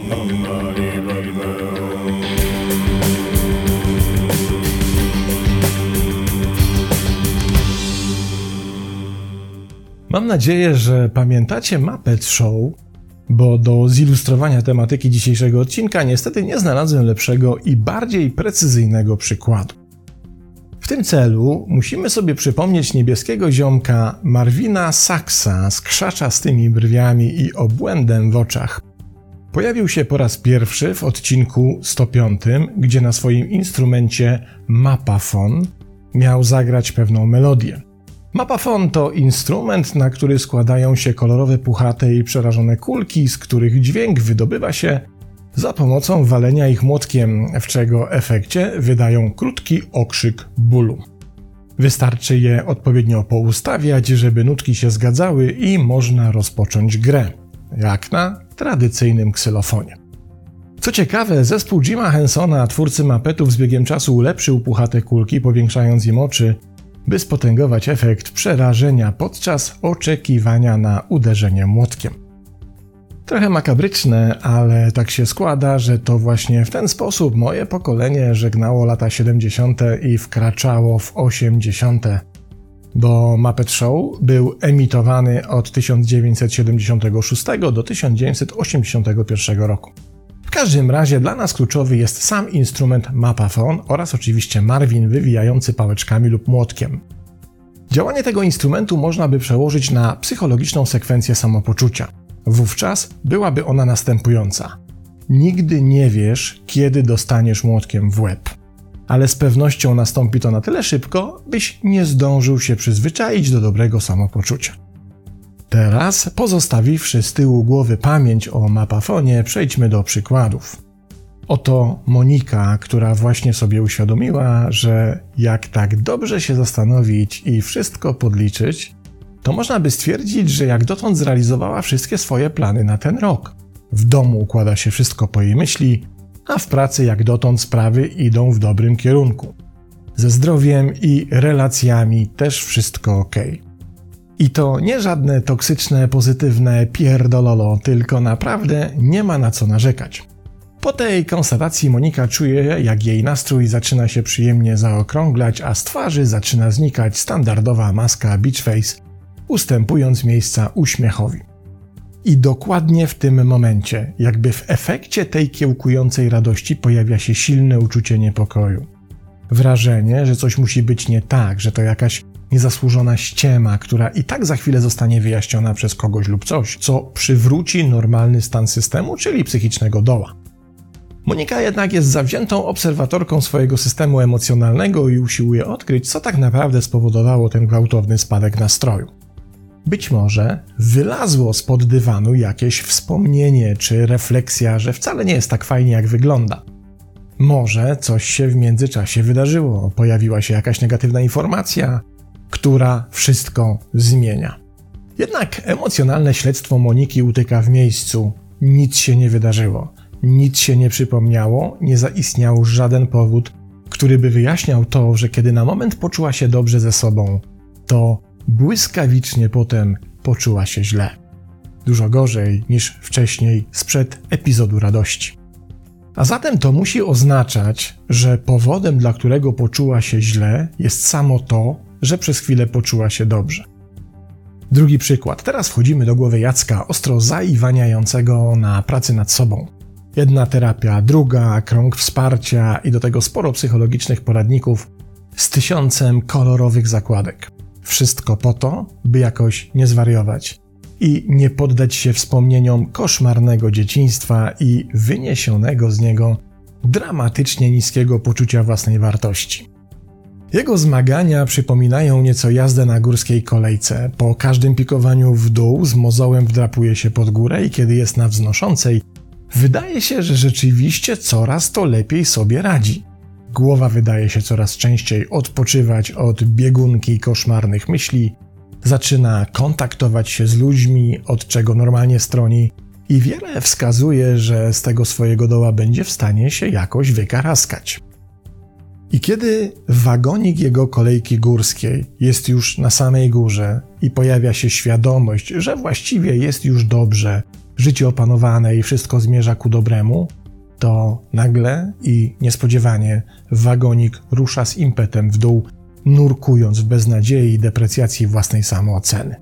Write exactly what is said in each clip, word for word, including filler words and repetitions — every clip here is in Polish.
Mam nadzieję, że pamiętacie Muppet Show, bo do zilustrowania tematyki dzisiejszego odcinka niestety nie znalazłem lepszego i bardziej precyzyjnego przykładu. W tym celu musimy sobie przypomnieć niebieskiego ziomka Marvina Saxa z krzaczastymi brwiami i obłędem w oczach. Pojawił się po raz pierwszy w odcinku sto piątym, gdzie na swoim instrumencie Mapafon miał zagrać pewną melodię. Mapafon to instrument, na który składają się kolorowe, puchate i przerażone kulki, z których dźwięk wydobywa się za pomocą walenia ich młotkiem, w czego efekcie wydają krótki okrzyk bólu. Wystarczy je odpowiednio poustawiać, żeby nutki się zgadzały i można rozpocząć grę, jak na tradycyjnym ksylofonie. Co ciekawe, zespół Jima Hensona, twórcy Muppetów, z biegiem czasu ulepszył puchate kulki, powiększając im oczy, by spotęgować efekt przerażenia podczas oczekiwania na uderzenie młotkiem. Trochę makabryczne, ale tak się składa, że to właśnie w ten sposób moje pokolenie żegnało lata siedemdziesiąte i wkraczało w osiemdziesiąte, bo Muppet Show był emitowany od tysiąc dziewięćset siedemdziesiątego szóstego do tysiąc dziewięćset osiemdziesiątego pierwszego roku. W każdym razie dla nas kluczowy jest sam instrument Mapafon oraz oczywiście Marvin wywijający pałeczkami lub młotkiem. Działanie tego instrumentu można by przełożyć na psychologiczną sekwencję samopoczucia. Wówczas byłaby ona następująca. Nigdy nie wiesz, kiedy dostaniesz młotkiem w łeb, ale z pewnością nastąpi to na tyle szybko, byś nie zdążył się przyzwyczaić do dobrego samopoczucia. Teraz, pozostawiwszy z tyłu głowy pamięć o Mapafonie, przejdźmy do przykładów. Oto Monika, która właśnie sobie uświadomiła, że jak tak dobrze się zastanowić i wszystko podliczyć, to można by stwierdzić, że jak dotąd zrealizowała wszystkie swoje plany na ten rok. W domu układa się wszystko po jej myśli, a w pracy jak dotąd sprawy idą w dobrym kierunku. Ze zdrowiem i relacjami też wszystko ok. I to nie żadne toksyczne, pozytywne pierdololo, tylko naprawdę nie ma na co narzekać. Po tej konstatacji Monika czuje, jak jej nastrój zaczyna się przyjemnie zaokrąglać, a z twarzy zaczyna znikać standardowa maska beach face, ustępując miejsca uśmiechowi. I dokładnie w tym momencie, jakby w efekcie tej kiełkującej radości, pojawia się silne uczucie niepokoju. Wrażenie, że coś musi być nie tak, że to jakaś niezasłużona ściema, która i tak za chwilę zostanie wyjaśniona przez kogoś lub coś, co przywróci normalny stan systemu, czyli psychicznego doła. Monika jednak jest zawziętą obserwatorką swojego systemu emocjonalnego i usiłuje odkryć, co tak naprawdę spowodowało ten gwałtowny spadek nastroju. Być może wylazło spod dywanu jakieś wspomnienie czy refleksja, że wcale nie jest tak fajnie, jak wygląda. Może coś się w międzyczasie wydarzyło, pojawiła się jakaś negatywna informacja, która wszystko zmienia. Jednak emocjonalne śledztwo Moniki utyka w miejscu. Nic się nie wydarzyło, nic się nie przypomniało, nie zaistniał żaden powód, który by wyjaśniał to, że kiedy na moment poczuła się dobrze ze sobą, to błyskawicznie potem poczuła się źle. Dużo gorzej niż wcześniej sprzed epizodu radości. A zatem to musi oznaczać, że powodem, dla którego poczuła się źle, jest samo to, że przez chwilę poczuła się dobrze. Drugi przykład. Teraz wchodzimy do głowy Jacka, ostro zaiwaniającego na pracy nad sobą. Jedna terapia, druga, krąg wsparcia i do tego sporo psychologicznych poradników z tysiącem kolorowych zakładek. Wszystko po to, by jakoś nie zwariować i nie poddać się wspomnieniom koszmarnego dzieciństwa i wyniesionego z niego dramatycznie niskiego poczucia własnej wartości. Jego zmagania przypominają nieco jazdę na górskiej kolejce. Po każdym pikowaniu w dół z mozołem wdrapuje się pod górę i kiedy jest na wznoszącej, wydaje się, że rzeczywiście coraz to lepiej sobie radzi. Głowa wydaje się coraz częściej odpoczywać od biegunki koszmarnych myśli, zaczyna kontaktować się z ludźmi, od czego normalnie stroni i wiele wskazuje, że z tego swojego doła będzie w stanie się jakoś wykaraskać. I kiedy wagonik jego kolejki górskiej jest już na samej górze i pojawia się świadomość, że właściwie jest już dobrze, życie opanowane i wszystko zmierza ku dobremu, to nagle i niespodziewanie wagonik rusza z impetem w dół, nurkując w beznadziei i deprecjacji własnej samooceny.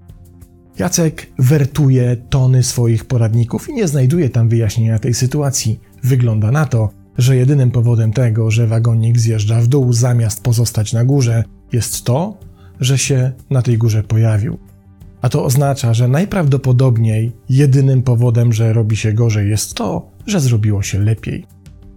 Jacek wertuje tony swoich poradników i nie znajduje tam wyjaśnienia tej sytuacji. Wygląda na to, że jedynym powodem tego, że wagonik zjeżdża w dół zamiast pozostać na górze, jest to, że się na tej górze pojawił. A to oznacza, że najprawdopodobniej jedynym powodem, że robi się gorzej, jest to, że zrobiło się lepiej.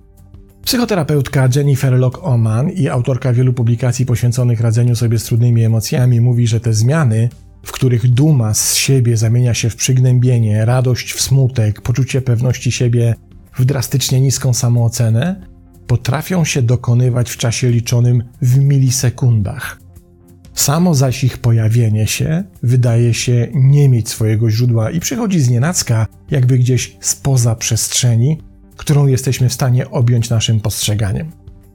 Psychoterapeutka Jennifer Locke-Oman i autorka wielu publikacji poświęconych radzeniu sobie z trudnymi emocjami mówi, że te zmiany, w których duma z siebie zamienia się w przygnębienie, radość w smutek, poczucie pewności siebie w drastycznie niską samoocenę, potrafią się dokonywać w czasie liczonym w milisekundach. Samo zaś ich pojawienie się wydaje się nie mieć swojego źródła i przychodzi znienacka, jakby gdzieś spoza przestrzeni, którą jesteśmy w stanie objąć naszym postrzeganiem.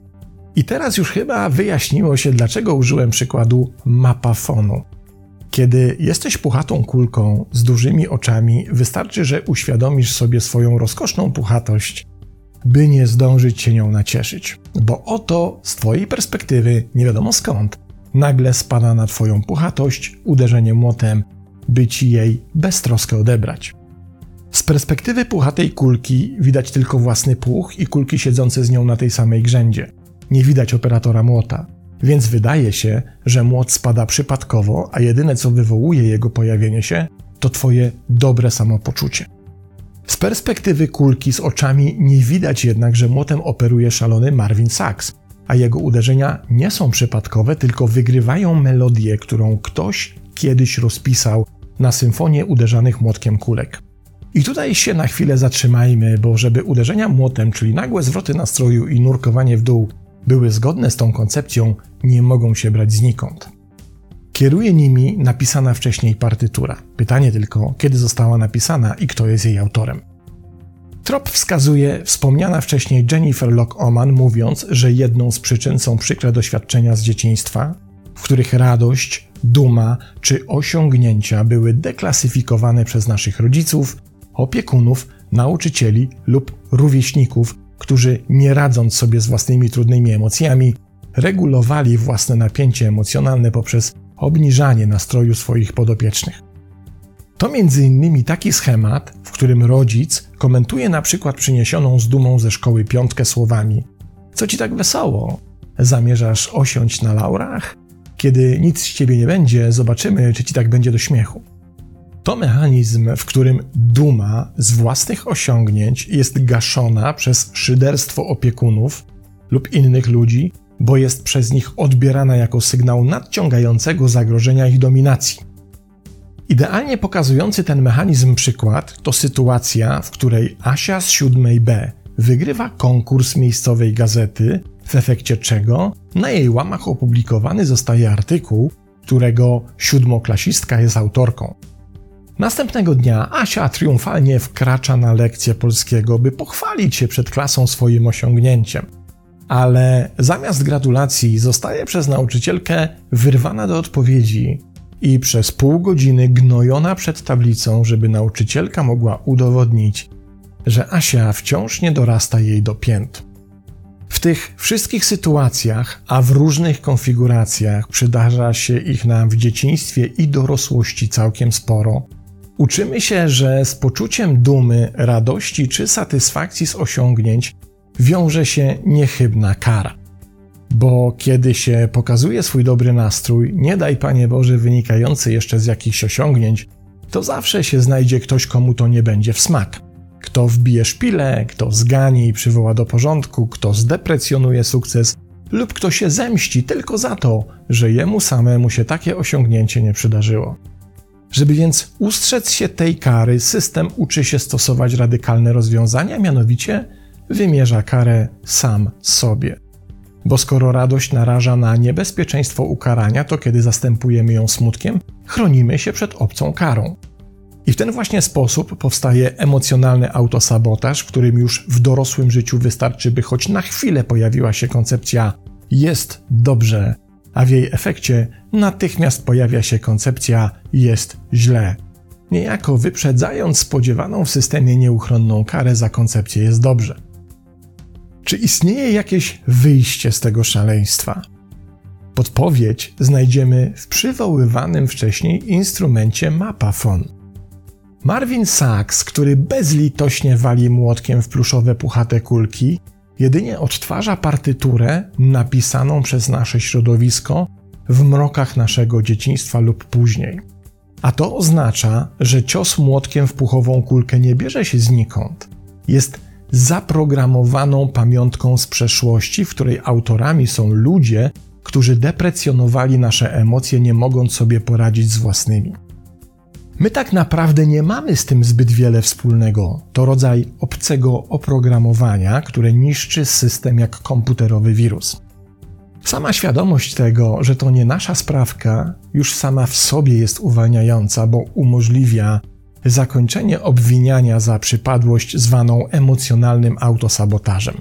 I teraz już chyba wyjaśniło się, dlaczego użyłem przykładu mapafonu. Kiedy jesteś puchatą kulką z dużymi oczami, wystarczy, że uświadomisz sobie swoją rozkoszną puchatość, by nie zdążyć się nią nacieszyć. Bo oto z twojej perspektywy, nie wiadomo skąd, nagle spada na twoją puchatość uderzenie młotem, by ci jej beztroskę odebrać. Z perspektywy puchatej kulki widać tylko własny puch i kulki siedzące z nią na tej samej grzędzie. Nie widać operatora młota, więc wydaje się, że młot spada przypadkowo, a jedyne co wywołuje jego pojawienie się, to twoje dobre samopoczucie. Z perspektywy kulki z oczami nie widać jednak, że młotem operuje szalony Marvin Sachs, a jego uderzenia nie są przypadkowe, tylko wygrywają melodię, którą ktoś kiedyś rozpisał na symfonię uderzanych młotkiem kulek. I tutaj się na chwilę zatrzymajmy, bo żeby uderzenia młotem, czyli nagłe zwroty nastroju i nurkowanie w dół, były zgodne z tą koncepcją, nie mogą się brać znikąd. Kieruje nimi napisana wcześniej partytura. Pytanie tylko, kiedy została napisana i kto jest jej autorem. Trop wskazuje wspomniana wcześniej Jennifer Locke-Oman, mówiąc, że jedną z przyczyn są przykre doświadczenia z dzieciństwa, w których radość, duma czy osiągnięcia były deklasyfikowane przez naszych rodziców, opiekunów, nauczycieli lub rówieśników, którzy nie radząc sobie z własnymi trudnymi emocjami, regulowali własne napięcie emocjonalne poprzez obniżanie nastroju swoich podopiecznych. To między innymi taki schemat, w którym rodzic komentuje na przykład przyniesioną z dumą ze szkoły piątkę słowami: co ci tak wesoło? Zamierzasz osiąść na laurach? Kiedy nic z ciebie nie będzie, zobaczymy, czy ci tak będzie do śmiechu. To mechanizm, w którym duma z własnych osiągnięć jest gaszona przez szyderstwo opiekunów lub innych ludzi, bo jest przez nich odbierana jako sygnał nadciągającego zagrożenia ich dominacji. Idealnie pokazujący ten mechanizm przykład to sytuacja, w której Asia z siódmej B wygrywa konkurs miejscowej gazety, w efekcie czego na jej łamach opublikowany zostaje artykuł, którego siódmoklasistka jest autorką. Następnego dnia Asia triumfalnie wkracza na lekcję polskiego, by pochwalić się przed klasą swoim osiągnięciem. Ale zamiast gratulacji zostaje przez nauczycielkę wyrwana do odpowiedzi i przez pół godziny gnojona przed tablicą, żeby nauczycielka mogła udowodnić, że Asia wciąż nie dorasta jej do pięt. W tych wszystkich sytuacjach, a w różnych konfiguracjach, przydarza się ich nam w dzieciństwie i dorosłości całkiem sporo. Uczymy się, że z poczuciem dumy, radości czy satysfakcji z osiągnięć wiąże się niechybna kara. Bo kiedy się pokazuje swój dobry nastrój, nie daj Panie Boże wynikający jeszcze z jakichś osiągnięć, to zawsze się znajdzie ktoś, komu to nie będzie w smak. Kto wbije szpilę, kto zgani i przywoła do porządku, kto zdeprecjonuje sukces lub kto się zemści tylko za to, że jemu samemu się takie osiągnięcie nie przydarzyło. Żeby więc ustrzec się tej kary, system uczy się stosować radykalne rozwiązania, mianowicie wymierza karę sam sobie. Bo skoro radość naraża na niebezpieczeństwo ukarania, to kiedy zastępujemy ją smutkiem, chronimy się przed obcą karą. I w ten właśnie sposób powstaje emocjonalny autosabotaż, w którym już w dorosłym życiu wystarczy, by choć na chwilę pojawiła się koncepcja jest dobrze, a w jej efekcie natychmiast pojawia się koncepcja jest źle. niejako wyprzedzając spodziewaną w systemie nieuchronną karę za koncepcję jest dobrze. Czy istnieje jakieś wyjście z tego szaleństwa? Podpowiedź znajdziemy w przywoływanym wcześniej instrumencie MapaPhone. Marvin Sachs, który bezlitośnie wali młotkiem w pluszowe puchate kulki, jedynie odtwarza partyturę napisaną przez nasze środowisko w mrokach naszego dzieciństwa lub później. A to oznacza, że cios młotkiem w puchową kulkę nie bierze się znikąd. Jest zaprogramowaną pamiątką z przeszłości, w której autorami są ludzie, którzy deprecjonowali nasze emocje, nie mogąc sobie poradzić z własnymi. My tak naprawdę nie mamy z tym zbyt wiele wspólnego. To rodzaj obcego oprogramowania, które niszczy system jak komputerowy wirus. Sama świadomość tego, że to nie nasza sprawka, już sama w sobie jest uwalniająca, bo umożliwia zakończenie obwiniania za przypadłość zwaną emocjonalnym autosabotażem.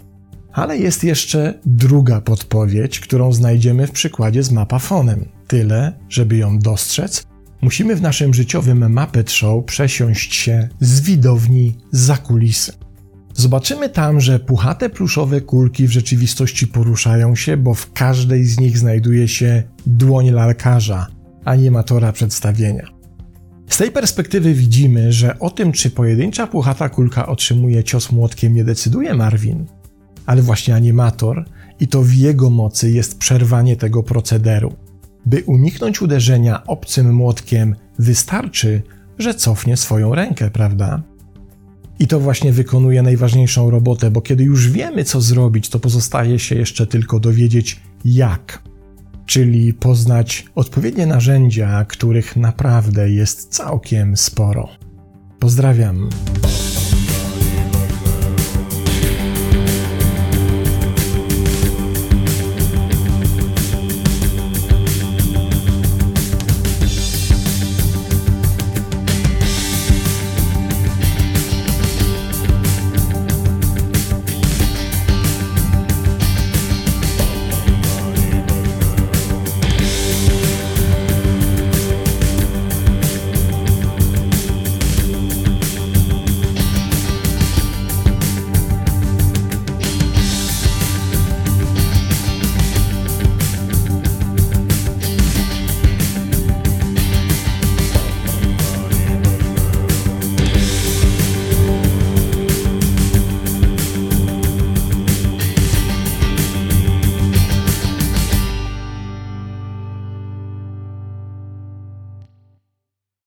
Ale jest jeszcze druga podpowiedź, którą znajdziemy w przykładzie z MapaPhone'em. Tyle, żeby ją dostrzec, musimy w naszym życiowym Muppet Show przesiąść się z widowni za kulisy. Zobaczymy tam, że puchate pluszowe kulki w rzeczywistości poruszają się, bo w każdej z nich znajduje się dłoń lalkarza, animatora przedstawienia. Z tej perspektywy widzimy, że o tym, czy pojedyncza puchata kulka otrzymuje cios młotkiem, nie decyduje Marvin, ale właśnie animator, i to w jego mocy jest przerwanie tego procederu. By uniknąć uderzenia obcym młotkiem, wystarczy, że cofnie swoją rękę, prawda? I to właśnie wykonuje najważniejszą robotę, bo kiedy już wiemy, co zrobić, to pozostaje się jeszcze tylko dowiedzieć jak. Czyli poznać odpowiednie narzędzia, których naprawdę jest całkiem sporo. Pozdrawiam.